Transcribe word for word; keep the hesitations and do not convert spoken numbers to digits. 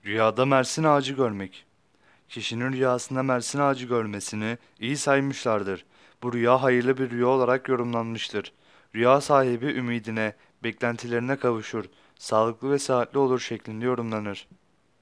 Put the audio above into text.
Rüyada Mersin ağacı görmek. Kişinin rüyasında Mersin ağacı görmesini iyi saymışlardır. Bu rüya hayırlı bir rüya olarak yorumlanmıştır. Rüya sahibi ümidine, beklentilerine kavuşur, sağlıklı ve sıhhatli olur şeklinde yorumlanır.